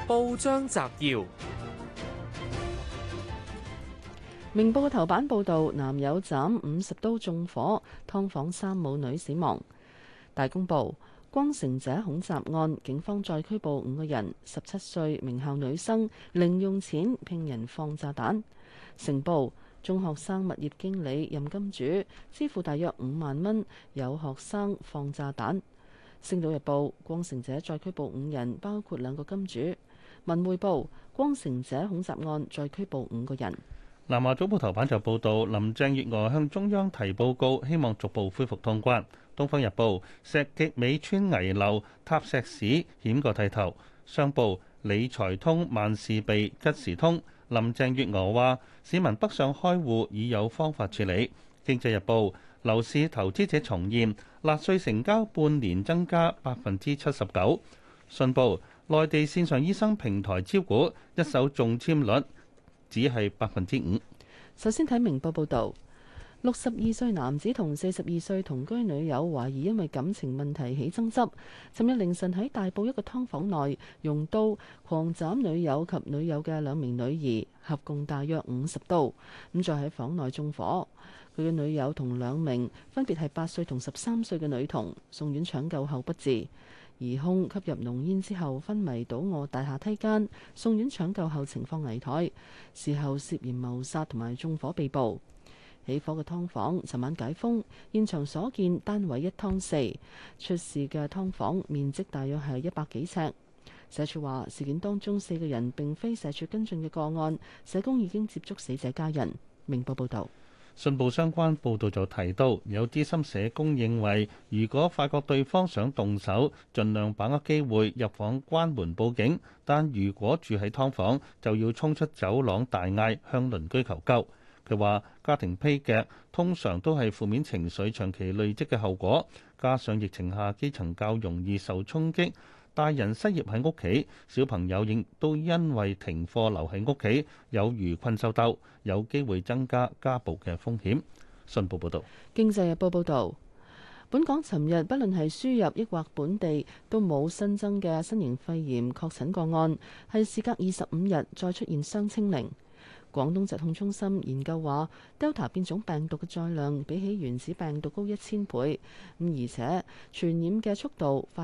報章摘要： 明報嘅頭版報導，男友斬50刀縱火，劏房3母女死亡。大公報：光城者恐襲案，警方再拘捕5個人，17歲名校女生零用錢聘人放炸彈。成報：中學生物業經理任金主，支付大約5萬蚊，有學生放炸彈。星島日報：光城者再拘捕5人，包括2個金主。文匯報：光城者恐襲案再拘捕5個人。 南華早報頭版就報導，林鄭月娥向中央提報告，希望逐步恢復通關。東方日報：石硤尾村危樓塌石屎險過剃頭。商報：理財通萬事備吉時通。林鄭月娥話：市民北上開戶已有方法處理。經濟日報：樓市投資者重現，納稅成交半年增加79%。信報：內地線上醫生平台招股，一手中籤率只係5%。 首先睇明報報導。62歲男子同42歲同居女友懷疑因為感情問題起爭執，尋日凌晨喺大埔一個劏房內用刀狂斬女友及女友嘅2名女兒，合共大約50刀，咁再喺房內縱火。佢嘅女友同2名分別係8歲同13歲嘅女童送院搶救後不治，疑兇吸入濃煙之後昏迷倒卧大廈梯間，送院搶救後情況危殆，事後涉嫌謀殺同埋縱火被捕。起火嘅劏房尋晚解封，現場所見單位1劏4，出事嘅劏房面積大約係100幾尺。社署話事件當中4個人並非社署跟進嘅個案，社工已經接觸死者家人。明報報道。 信報相關報導就提到，有資深社工認為，如果發覺對方想動手，盡量把握機會入房關門報警；但如果住喺劏房，就要衝出走廊大嗌向鄰居求救。佢話：家庭悲劇通常都係負面情緒長期累積嘅後果，加上疫情下基層較容易受衝擊，大人失業喺屋企，小朋友亦都因為停課留喺屋企，有如困獸鬥，有機會增加家暴嘅風險。信報報導。 經濟日報報導，本港尋日不論係輸入抑或本地都冇新增嘅新型肺炎確診個案，係事隔25日再出現雙清零。廣東疾控中心研究話 Delta 變種病毒嘅載量比起原始病毒高1000倍，而且傳染嘅速度快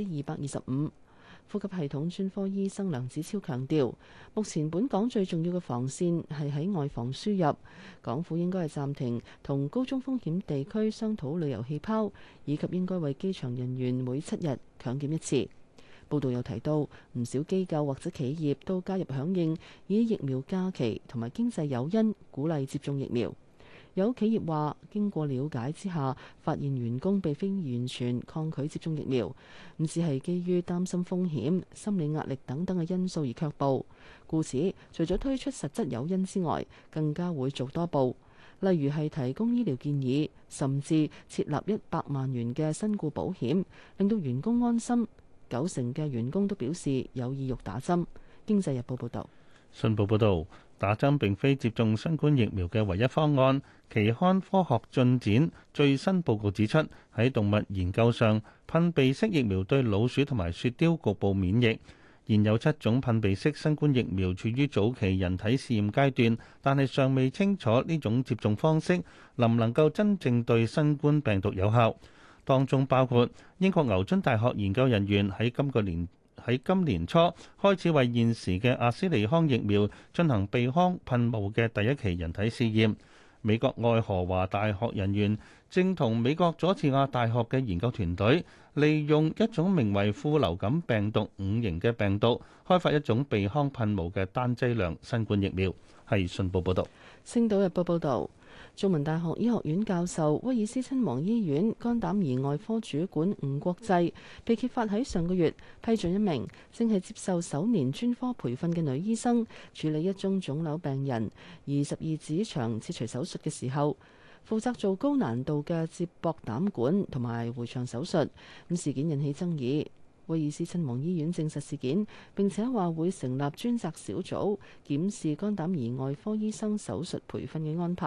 225%。呼吸系統專科醫生梁子超強調，目前本港最重要嘅防線係喺外防輸入，港府應該係暫停同高中風險地區商討旅遊氣泡，以及應該為機場人員每7日強檢1次。報道又提到，唔少機構或者企業都加入響應，以疫苗假期同埋經濟誘因鼓勵接種疫苗。有企業話，經過了解之下，發現員工並非完全抗拒接種疫苗，咁只係基於擔心風險、心理壓力等等嘅因素而卻步。故此，除咗推出實質誘因之外，更加會做多步，例如係提供醫療建議，甚至設立100萬元嘅身故保險，令到員工安心。90%嘅員工都表示有意欲打針。經濟日報報導。 信報報導，打針並非接種新冠疫苗嘅唯一方案。期刊科學進展最新報告指出，喺動物研究上，噴鼻式疫苗對老鼠同埋雪貂局部免疫。現有7種噴鼻式新冠疫苗處於早期人體試驗階段，但係尚未清楚呢種接種方式能唔能夠真正對新冠病毒有效。當中包括英國牛津大學研究人員喺今年初開始為現時嘅阿斯利康疫苗進行鼻腔噴霧嘅第一期人體試驗。美國愛荷華大學人員正同美國佐治亞大學嘅研究團隊利用一種名為副流感病毒5型嘅病毒，開發一種鼻腔噴霧嘅單劑量新冠疫苗。係信報報導。 星島日報報導。中文大學醫學院教授、威爾斯親王醫院肝膽胰外科主管吳國際被揭發喺上個月批准一名正係接受首年專科培訓嘅女醫生處理一宗腫瘤病人12指腸切除手術嘅時候，負責做高難度嘅接駁膽管同埋回腸手術。咁事件引起爭議。威爾斯親王醫院證實事件，並且話會成立專責小組檢視肝膽胰外科醫生手術培訓嘅安排。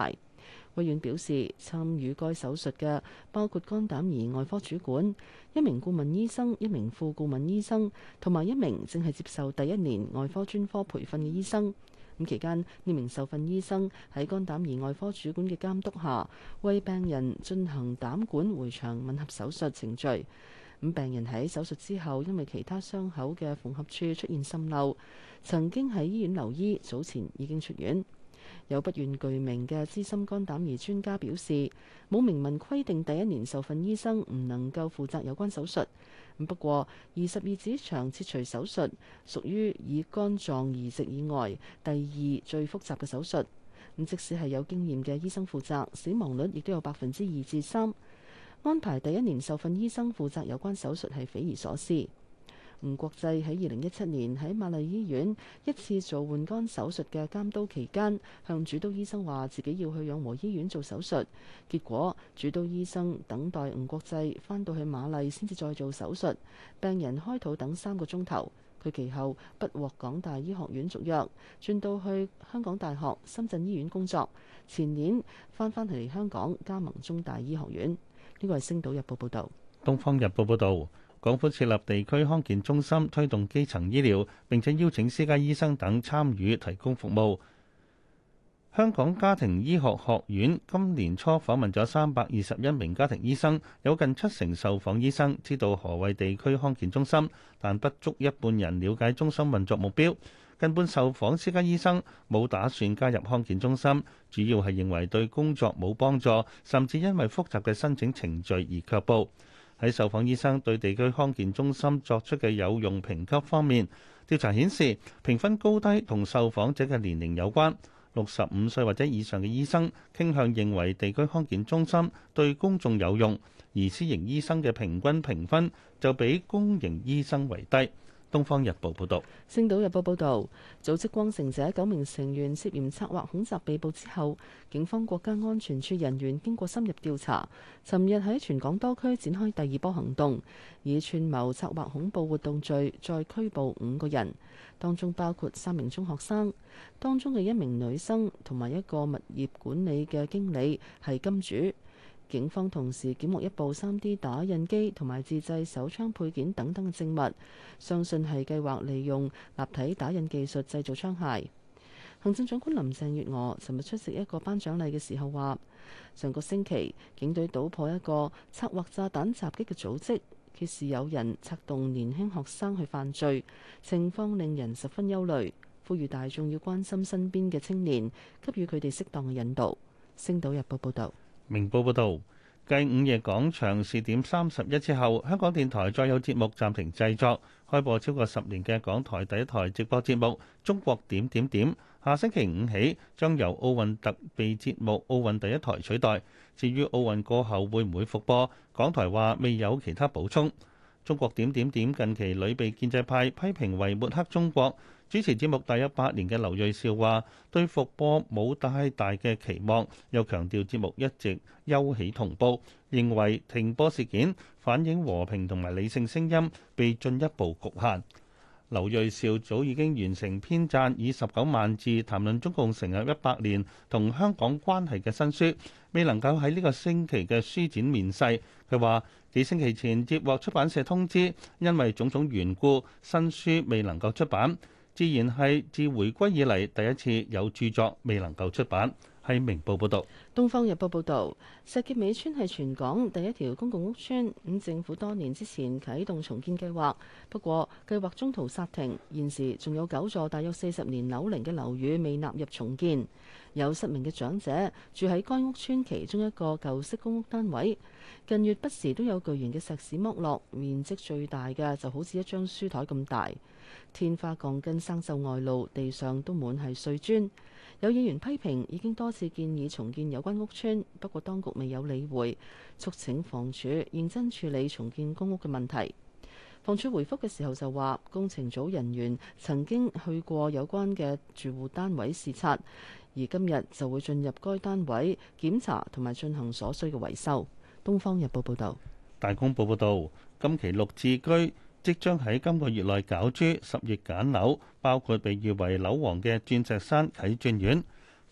衛院表示，參與該手術嘅包括肝膽胰外科主管、一名顧問醫生、一名副顧問醫生同埋一名正係接受第一年外科專科培訓嘅醫生。咁期間，呢名受訓醫生喺肝膽胰外科主管嘅監督下，為病人進行膽管回腸吻合手術程序。咁病人喺手術之後，因為其他傷口嘅縫合處出現滲漏，曾經喺醫院留醫，早前已經出院。有不願具名嘅資深肝膽胰專家表示，冇明文規定第一年受訓醫生唔能夠負責有關手術。不過，22指腸切除手術屬於以肝臟移植以外第二最複雜嘅手術。即使係有經驗嘅醫生負責，死亡率亦都有2%至3%。安排第一年受訓醫生負責有關手術係匪夷所思。吳國際喺2017年喺瑪麗醫院一次做換肝手術嘅監督期間，向主刀醫生話自己要去養和醫院做手術，結果主刀醫生等待吳國際返到去瑪麗先至再做手術，病人開肚等3個鐘頭。佢其後不獲港大醫學院續約，轉到去香港大學深圳醫院工作，前年返嚟香港加盟中大醫學院。呢個係《星島日報》報導。 《東方日報》報導。港府設立地區康健中心，推動基層醫療，並且邀請私家醫生等參與提供服務。香港家庭醫學學院今年初訪問咗321名家庭醫生，有近70%受訪醫生知道何謂地區康健中心，但不足一半人了解中心運作目標。近半受訪私家醫生冇打算加入康健中心，主要係認為對工作冇幫助，甚至因為複雜嘅申請程序而卻步。喺受訪醫生對地區康健中心作出嘅有用評級方面，調查顯示評分高低同受訪者嘅年齡有關。65歲或者以上嘅醫生傾向認為地區康健中心對公眾有用，而私營醫生嘅平均評分就比公營醫生為低。《東方日報》報導，《 星島日報》報導，組織光城者9名成員涉嫌策劃恐襲被捕之後，警方國家安全處人員經過深入調查，尋日喺全港多區展開第二波行動，以串謀策劃恐怖活動罪再拘捕5個人，當中包括3名中學生，當中嘅1名女生同埋一個物業管理嘅經理係金主。警方同時檢獲一部3D 打印機同埋自製手槍配件等等嘅證物，相信係計劃利用立體打印技術製造槍械。行政長官林鄭月娥尋日出席一個頒獎禮嘅時候話，上個星期警隊搗破一個策劃炸彈襲擊嘅組織，揭示有人策動年輕學生去犯罪，情況令人十分憂慮，呼籲大眾要關心身邊嘅青年，給予佢哋適當嘅引導。星島日報報道。 明報報導，繼午夜廣場視點31之後，香港電台再有節目暫停製作。開播超過10年嘅港台第一台直播節目《中國點點點》，下星期5起將由奧運特備節目《奧運第一台》取代。至於奧運過後會唔會復播，港台話未有其他補充。《中國點點點》近期屢被建制派批評為抹黑中國。主持節目大約8年嘅劉銳紹話：對復播冇太大嘅期望，又強調節目一直休起同步，認為停播事件反映和平同埋理性聲音被進一步局限。劉銳紹早已經完成編撰以19萬字談論中共成立100年同香港關係嘅新書，未能夠喺呢個星期嘅書展面世。佢話幾星期前接獲出版社通知，因為種種緣故，新書未能夠出版。自然係自回歸以嚟第一次有著作未能夠出版。係明報報導。 東方日報報導，石硤尾村係全港第一條公共屋邨，政府多年之前啟動重建計劃，不過計劃中途煞停，現時仲有9座大約40年樓齡嘅樓宇未納入重建。有失明嘅長者住喺該屋邨其中一個舊式公屋單位，近月不時都有巨型嘅石屎剝落，面積最大嘅就好似一張書台咁大。天花鋼筋生鏽外露，地上都滿係碎磚。有議員批評已經多次建議重建有關屋邨，不過當局未有理會，促請房署認真處理重建公屋嘅問題。房署回覆嘅時候就話，工程組人員曾經去過有關嘅住戶單位視察，而今日就會進入該單位檢查同埋進行所需嘅維修。《東方日報》報導。 大公報報導，今期綠置居即將喺今個月內攪珠，10月揀樓，包括被譽為樓王嘅鑽石山啟鑽苑。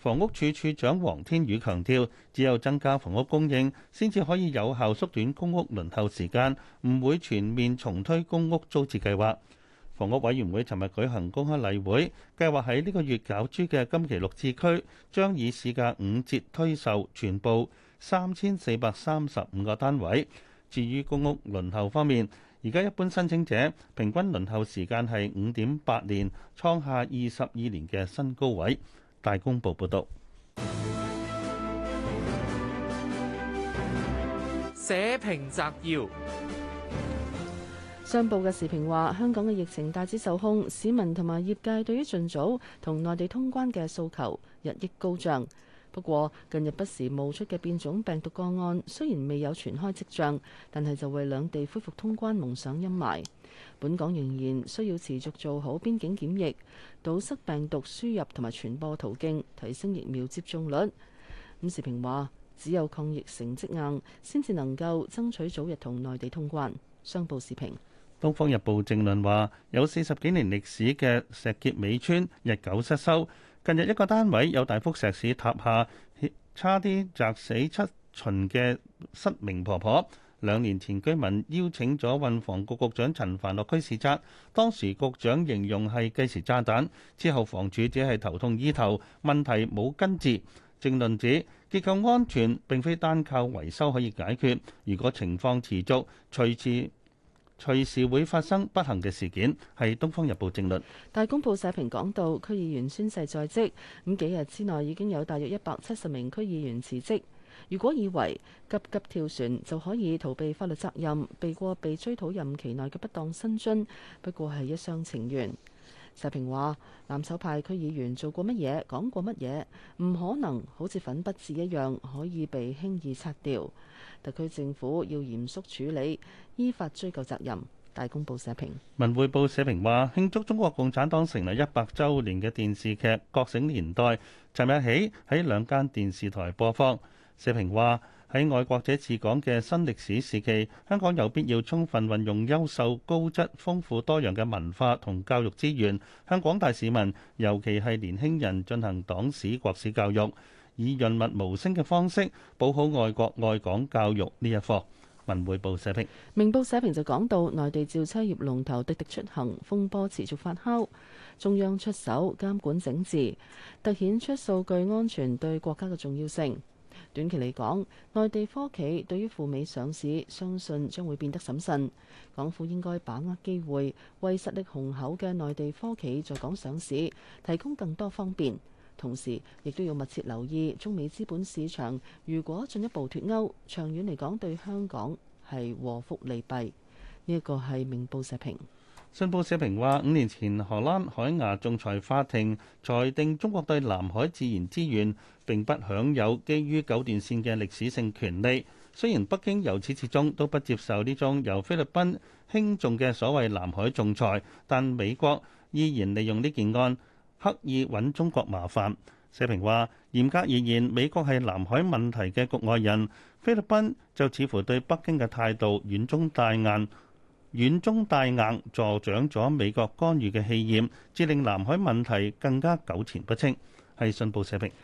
房屋署署長黃天宇強調，只有增加房屋供應，先至可以有效縮短公屋輪候時間，唔會全面重推公屋租置計劃。房屋委員會尋日舉行公開例會，計劃喺呢個月攪珠嘅金旗綠置居，將以市價5折推售全部3435個單位。至於公屋輪候方面，而家一般申請者平均輪候時間係5.8年，創下22年嘅新高位。大公報報導。 社評摘要。 商報嘅時評話，香港嘅疫情大致受控，市民同埋業界對於盡早同內地通關嘅訴求日益高漲。不過，近日不時冒出嘅變種病毒個案，雖然未有傳開跡象，但係就為兩地恢復通關蒙上陰霾。本港仍然需要持續做好邊境檢疫，堵塞病毒輸入同埋傳播途徑，提升疫苗接種率。咁時評話，只有抗疫成績硬，先至能夠爭取早日同內地通關。商報時評。 《東方日報》正論話，有40幾年歷史嘅石硤尾村日久失修，近日一個單位有大幅石屎塌下，差啲砸死7旬嘅失明婆婆。2年前居民邀請咗運房局局長陳帆落區視察，當時局長形容係計時炸彈，之後房署只係頭痛醫頭，問題冇根治。正論指結構安全並非單靠維修可以解決，如果情況持續，隨時會發生不幸嘅事件，係《東方日報》正論。 大公報社評講到，區議員宣誓在即，咁幾日之內已經有大約170名區議員辭職。如果以為急急跳船就可以逃避法律責任，避過被追討任期內嘅不當薪津，不過係一廂情願。社評話，攬炒派區議員做過乜嘢，講過乜嘢，唔可能好似粉筆字一樣可以被輕易擦掉。特區政府要嚴肅處理，依法追究責任。大公報社評。 文匯報社評話，慶祝中國共產黨成立100週年嘅電視劇《覺醒年代》，尋日起喺2間電視台播放。社評話，喺愛國者治港嘅新歷史時期，香港有必要充分運用優秀、高質、豐富多樣嘅文化同教育資源，向廣大市民，尤其係年輕人進行黨史、國史教育，以潤物無聲嘅方式補好愛國愛港教育呢一課。文匯報社評。 明報社評就講到，內地召車業龍頭滴滴出行風波持續發酵，中央出手監管整治，突顯出數據安全對國家嘅重要性。短期嚟講，內地科企對於赴美上市，相信將會變得審慎。港府應該把握機會，為實力雄厚嘅內地科企在港上市提供更多方便。同時，亦都要密切留意中美資本市場，如果進一步脫鈎，長遠嚟講對香港係禍福利弊。呢一個係明報社評。 信報社評話，5年前荷蘭海牙仲裁法庭裁定中國對南海自然資源並不享有基於九段線嘅歷史性權利。雖然北京由始至終都不接受呢宗由菲律賓輕重嘅所謂南海仲裁，但美國依然利用呢件案刻意揾中國麻煩。社評話，嚴格而言，美國係南海問題嘅局外人，菲律賓就似乎對北京嘅態度軟中帶硬，助長咗美國干預嘅氣焰，致令南海問題更加糾纏不清。係信報社評。